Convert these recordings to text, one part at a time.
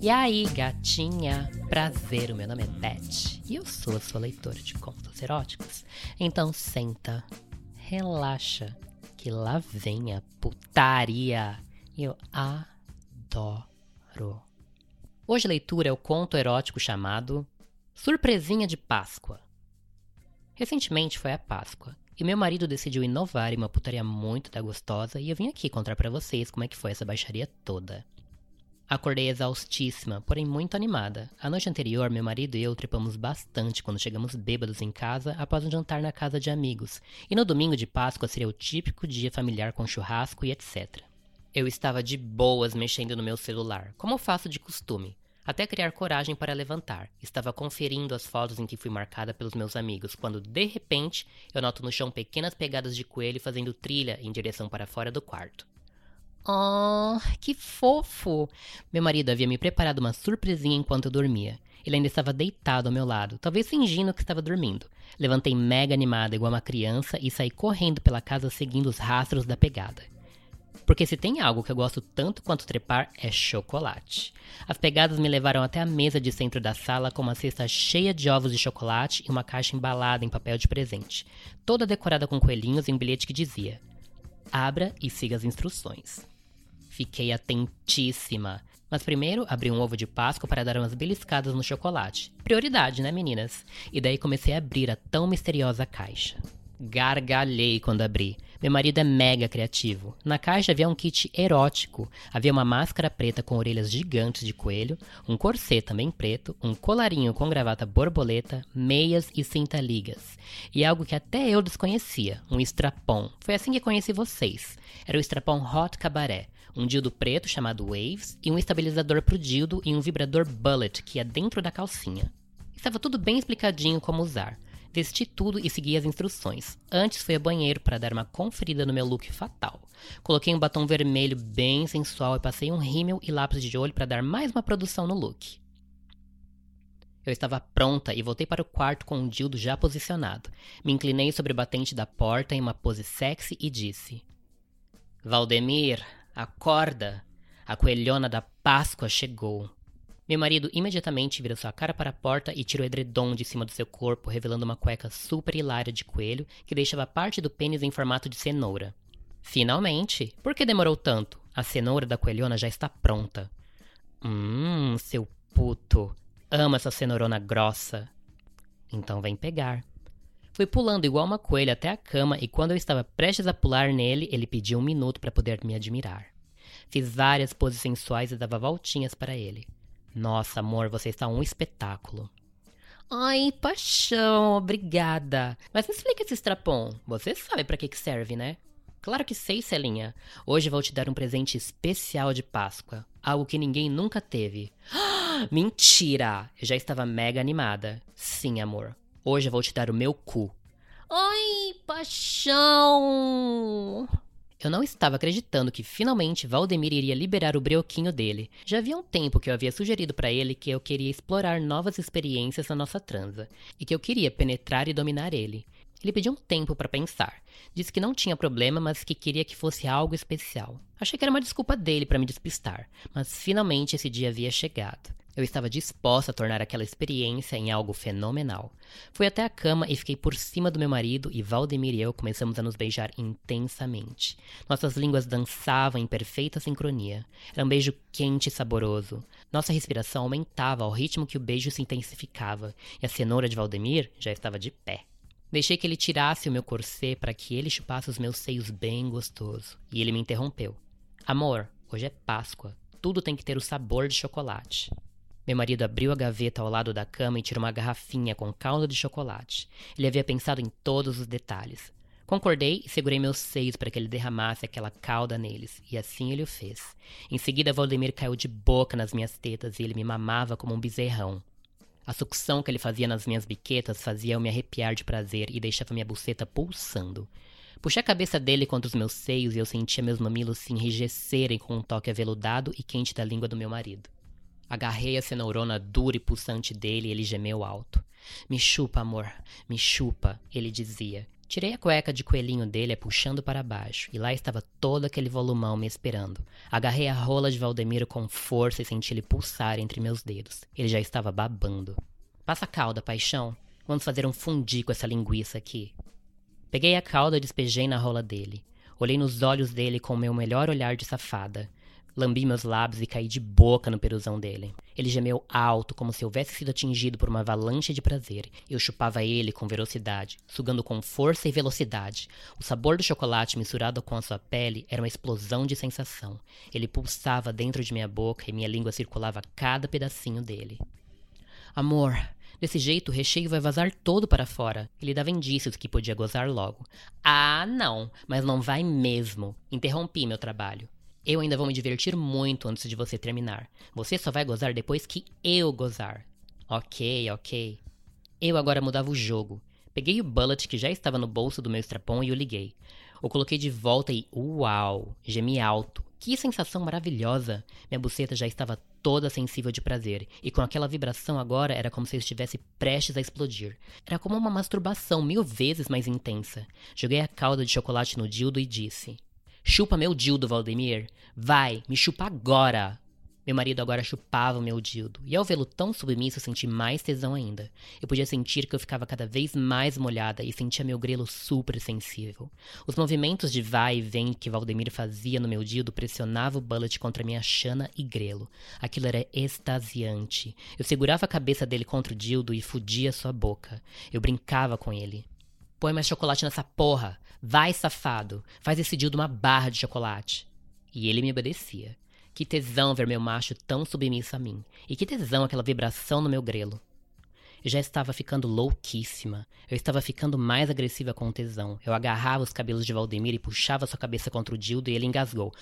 E aí, gatinha? Prazer, o meu nome é Beth e eu sou a sua leitora de contos eróticos. Então senta, relaxa, que lá vem a putaria. Eu adoro. Hoje a leitura é o conto erótico chamado Surpresinha de Páscoa. Recentemente foi a Páscoa e meu marido decidiu inovar em uma putaria muito da gostosa e eu vim aqui contar pra vocês como é que foi essa baixaria toda. Acordei exaustíssima, porém muito animada. A noite anterior, meu marido e eu trepamos bastante quando chegamos bêbados em casa após um jantar na casa de amigos. E no domingo de Páscoa seria o típico dia familiar com churrasco e etc. Eu estava de boas mexendo no meu celular, como faço de costume, até criar coragem para levantar. Estava conferindo as fotos em que fui marcada pelos meus amigos, quando de repente eu noto no chão pequenas pegadas de coelho fazendo trilha em direção para fora do quarto. Oh, que fofo! Meu marido havia me preparado uma surpresinha enquanto eu dormia. Ele ainda estava deitado ao meu lado, talvez fingindo que estava dormindo. Levantei mega animada igual uma criança e saí correndo pela casa seguindo os rastros da pegada. Porque se tem algo que eu gosto tanto quanto trepar, é chocolate. As pegadas me levaram até a mesa de centro da sala com uma cesta cheia de ovos de chocolate e uma caixa embalada em papel de presente, toda decorada com coelhinhos e um bilhete que dizia: abra e siga as instruções. Fiquei atentíssima. Mas primeiro abri um ovo de Páscoa para dar umas beliscadas no chocolate. Prioridade, né, meninas? E daí comecei a abrir a tão misteriosa caixa. Gargalhei quando abri. Meu marido é mega criativo. Na caixa havia um kit erótico. Havia uma máscara preta com orelhas gigantes de coelho, um corset também preto, um colarinho com gravata borboleta, meias e cinta-ligas. E algo que até eu desconhecia, um strapon. Foi assim que conheci vocês. Era o strapon Hot Cabaret, um dildo preto chamado Waves e um estabilizador pro dildo e um vibrador Bullet que ia dentro da calcinha. Estava tudo bem explicadinho como usar. Vesti tudo e segui as instruções. Antes fui ao banheiro para dar uma conferida no meu look fatal. Coloquei um batom vermelho bem sensual e passei um rímel e lápis de olho para dar mais uma produção no look. Eu estava pronta e voltei para o quarto com um dildo já posicionado. Me inclinei sobre o batente da porta em uma pose sexy e disse: Valdemir, acorda! A coelhona da Páscoa chegou. Meu marido imediatamente virou sua cara para a porta e tirou o edredom de cima do seu corpo, revelando uma cueca super hilária de coelho que deixava parte do pênis em formato de cenoura. Finalmente! Por que demorou tanto? A cenoura da coelhona já está pronta. Seu puto! Amo essa cenourona grossa. Então vem pegar. Fui pulando igual uma coelha até a cama e quando eu estava prestes a pular nele, ele pediu 1 minuto para poder me admirar. Fiz várias poses sensuais e dava voltinhas para ele. Nossa, amor, você está um espetáculo. Ai, paixão, obrigada. Mas me explica esse strapon. Você sabe pra que serve, né? Claro que sei, Celinha. Hoje vou te dar um presente especial de Páscoa. Algo que ninguém nunca teve. Mentira! Eu já estava mega animada. Sim, amor. Hoje eu vou te dar o meu cu. Ai, paixão! Eu não estava acreditando que finalmente Valdemir iria liberar o brioquinho dele. Já havia um tempo que eu havia sugerido para ele que eu queria explorar novas experiências na nossa transa e que eu queria penetrar e dominar ele. Ele pediu um tempo para pensar. Disse que não tinha problema, mas que queria que fosse algo especial. Achei que era uma desculpa dele para me despistar, mas finalmente esse dia havia chegado. Eu estava disposta a tornar aquela experiência em algo fenomenal. Fui até a cama e fiquei por cima do meu marido e Valdemir e eu começamos a nos beijar intensamente. Nossas línguas dançavam em perfeita sincronia. Era um beijo quente e saboroso. Nossa respiração aumentava ao ritmo que o beijo se intensificava e a cenoura de Valdemir já estava de pé. Deixei que ele tirasse o meu corset para que ele chupasse os meus seios bem gostoso. E ele me interrompeu. Amor, hoje é Páscoa. Tudo tem que ter o sabor de chocolate. Meu marido abriu a gaveta ao lado da cama e tirou uma garrafinha com calda de chocolate. Ele havia pensado em todos os detalhes. Concordei e segurei meus seios para que ele derramasse aquela calda neles, e assim ele o fez. Em seguida, Valdemir caiu de boca nas minhas tetas e ele me mamava como um bezerrão. A sucção que ele fazia nas minhas biquetas fazia eu me arrepiar de prazer e deixava minha buceta pulsando. Puxei a cabeça dele contra os meus seios e eu sentia meus mamilos se enrijecerem com um toque aveludado e quente da língua do meu marido. Agarrei a cenourona dura e pulsante dele e ele gemeu alto. Me chupa, amor, me chupa, ele dizia. Tirei a cueca de coelhinho dele, puxando para baixo, e lá estava todo aquele volumão me esperando. Agarrei a rola de Valdemiro com força e senti ele pulsar entre meus dedos. Ele já estava babando. Passa a cauda, paixão. Vamos fazer um fundi com essa linguiça aqui. Peguei a cauda e despejei na rola dele. Olhei nos olhos dele com o meu melhor olhar de safada. Lambi meus lábios e caí de boca no peruzão dele. Ele gemeu alto, como se houvesse sido atingido por uma avalanche de prazer. Eu chupava ele com velocidade, sugando com força e velocidade. O sabor do chocolate misturado com a sua pele era uma explosão de sensação. Ele pulsava dentro de minha boca e minha língua circulava cada pedacinho dele. Amor, desse jeito o recheio vai vazar todo para fora. Ele dava indícios que podia gozar logo. Ah, não, mas não vai mesmo. Interrompi meu trabalho. Eu ainda vou me divertir muito antes de você terminar. Você só vai gozar depois que eu gozar. Ok. Eu agora mudava o jogo. Peguei o bullet que já estava no bolso do meu strapon e o liguei. O coloquei de volta e uau! Gemi alto. Que sensação maravilhosa! Minha buceta já estava toda sensível de prazer, e com aquela vibração agora era como se eu estivesse prestes a explodir. Era como uma masturbação 1000 vezes mais intensa. Joguei a calda de chocolate no dildo e disse... Chupa meu dildo, Valdemir. Vai, me chupa agora. Meu marido agora chupava o meu dildo, e ao vê-lo tão submisso senti mais tesão ainda. Eu podia sentir que eu ficava cada vez mais molhada e sentia meu grelo super sensível. Os movimentos de vai e vem que Valdemir fazia no meu dildo pressionava o bullet contra minha chana e grelo. Aquilo era extasiante. Eu segurava a cabeça dele contra o dildo e fudia sua boca. Eu brincava com ele. Põe mais chocolate nessa porra. Vai, safado. Faz esse dildo uma barra de chocolate. E ele me obedecia. Que tesão ver meu macho tão submisso a mim. E que tesão aquela vibração no meu grelo. Eu já estava ficando louquíssima. Eu estava ficando mais agressiva com o tesão. Eu agarrava os cabelos de Valdemir e puxava sua cabeça contra o dildo e ele engasgou.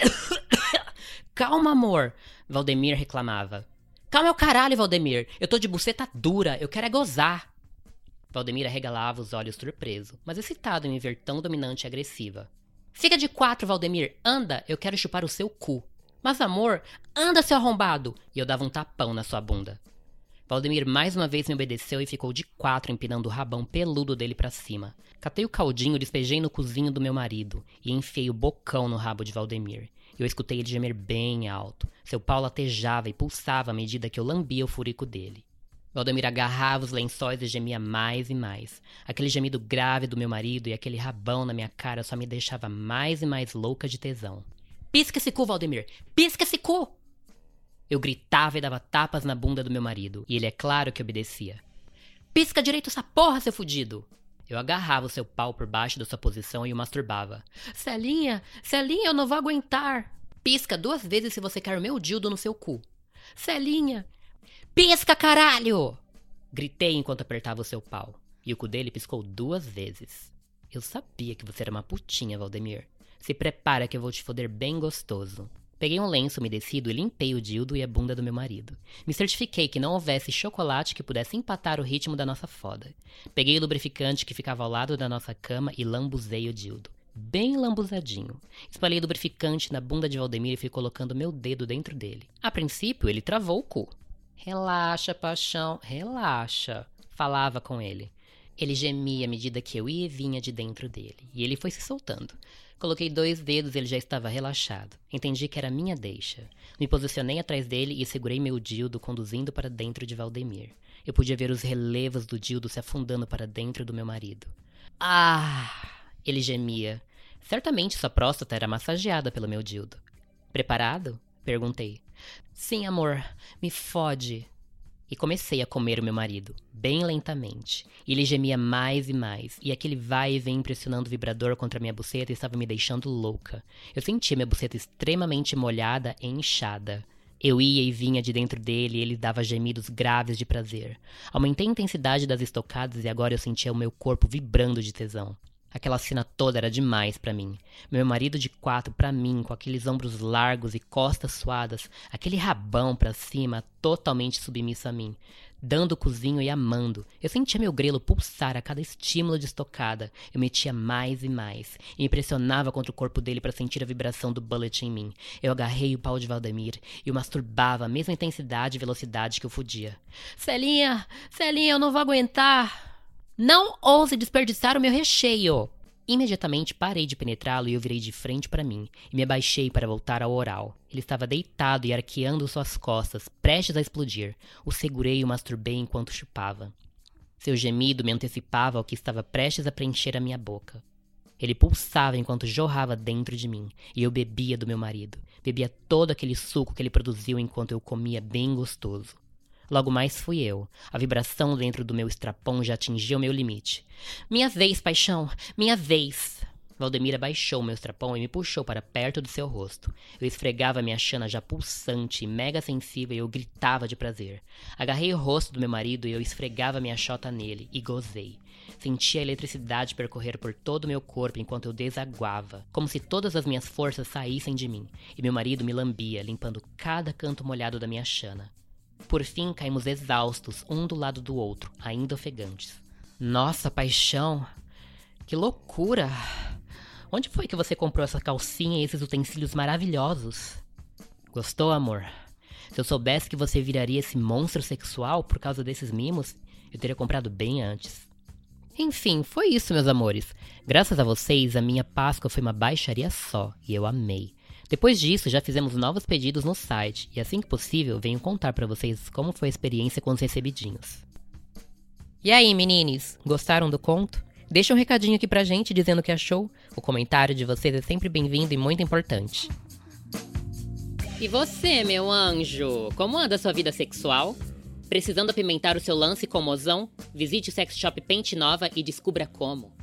Calma, amor. Valdemir reclamava. Calma é o caralho, Valdemir. Eu tô de buceta dura. Eu quero é gozar. Valdemir arregalava os olhos surpreso, mas excitado em me ver tão dominante e agressiva. Fica de 4, Valdemir. Anda, eu quero chupar o seu cu. Mas, amor, anda, seu arrombado. E eu dava um tapão na sua bunda. Valdemir mais uma vez me obedeceu e ficou de 4 empinando o rabão peludo dele pra cima. Catei o caldinho, despejei no cozinho do meu marido e enfiei o bocão no rabo de Valdemir. Eu escutei ele gemer bem alto. Seu pau latejava e pulsava à medida que eu lambia o furico dele. Valdemir agarrava os lençóis e gemia mais e mais. Aquele gemido grave do meu marido e aquele rabão na minha cara só me deixava mais e mais louca de tesão. Pisca esse cu, Valdemir! Pisca esse cu! Eu gritava e dava tapas na bunda do meu marido, e ele é claro que obedecia. Pisca direito essa porra, seu fudido! Eu agarrava o seu pau por baixo da sua posição e o masturbava. Celinha, eu não vou aguentar! Pisca 2 vezes se você quer o meu dildo no seu cu. Celinha! Pisca, caralho! Gritei enquanto apertava o seu pau. E o cu dele piscou 2 vezes. Eu sabia que você era uma putinha, Valdemir. Se prepara que eu vou te foder bem gostoso. Peguei um lenço umedecido e limpei o dildo e a bunda do meu marido. Me certifiquei que não houvesse chocolate que pudesse empatar o ritmo da nossa foda. Peguei o lubrificante que ficava ao lado da nossa cama e lambuzei o dildo. Bem lambuzadinho. Espalhei lubrificante na bunda de Valdemir e fui colocando meu dedo dentro dele. A princípio, ele travou o cu. Relaxa, paixão, relaxa. Falava com ele. Ele gemia à medida que eu ia e vinha de dentro dele. E ele foi se soltando. Coloquei 2 dedos e ele já estava relaxado. Entendi que era minha deixa. Me posicionei atrás dele e segurei meu dildo conduzindo para dentro de Valdemir. Eu podia ver os relevos do dildo se afundando para dentro do meu marido. Ah! Ele gemia. Certamente sua próstata era massageada pelo meu dildo. Preparado? Perguntei. Sim, amor. Me fode. E comecei a comer o meu marido, bem lentamente. E ele gemia mais e mais, e aquele vai e vem pressionando o vibrador contra minha buceta estava me deixando louca. Eu sentia minha buceta extremamente molhada e inchada. Eu ia e vinha de dentro dele e ele dava gemidos graves de prazer. Aumentei a intensidade das estocadas e agora eu sentia o meu corpo vibrando de tesão. Aquela cena toda era demais pra mim. Meu marido de 4 pra mim, com aqueles ombros largos e costas suadas, aquele rabão pra cima, totalmente submisso a mim, dando o cozinho e amando. Eu sentia meu grelo pulsar a cada estímulo de estocada. Eu metia mais e mais, e me pressionava contra o corpo dele pra sentir a vibração do bullet em mim. Eu agarrei o pau de Valdemir e o masturbava à mesma intensidade e velocidade que eu fudia. Celinha, eu não vou aguentar! Não ouse desperdiçar o meu recheio! Imediatamente parei de penetrá-lo e eu virei de frente para mim, e me abaixei para voltar ao oral. Ele estava deitado e arqueando suas costas, prestes a explodir. O segurei e o masturbei enquanto chupava. Seu gemido me antecipava ao que estava prestes a preencher a minha boca. Ele pulsava enquanto jorrava dentro de mim, e eu bebia do meu marido. Bebia todo aquele suco que ele produziu enquanto eu comia bem gostoso. Logo mais fui eu. A vibração dentro do meu estrapão já atingiu meu limite. Minha vez, paixão! Minha vez! Valdemir abaixou meu estrapão e me puxou para perto do seu rosto. Eu esfregava minha chana já pulsante e mega sensível e eu gritava de prazer. Agarrei o rosto do meu marido e eu esfregava minha chota nele e gozei. Senti a eletricidade percorrer por todo o meu corpo enquanto eu desaguava, como se todas as minhas forças saíssem de mim, e meu marido me lambia, limpando cada canto molhado da minha chana. Por fim, caímos exaustos, um do lado do outro, ainda ofegantes. Nossa, paixão! Que loucura! Onde foi que você comprou essa calcinha e esses utensílios maravilhosos? Gostou, amor? Se eu soubesse que você viraria esse monstro sexual por causa desses mimos, eu teria comprado bem antes. Enfim, foi isso, meus amores. Graças a vocês, a minha Páscoa foi uma baixaria só, e eu amei. Depois disso, já fizemos novos pedidos no site, e assim que possível, venho contar pra vocês como foi a experiência com os recebidinhos. E aí, menines, gostaram do conto? Deixa um recadinho aqui pra gente dizendo o que achou. O comentário de vocês é sempre bem-vindo e muito importante. E você, meu anjo, como anda a sua vida sexual? Precisando apimentar o seu lance com mozão? Visite o Sex Shop Pente Nova e descubra como.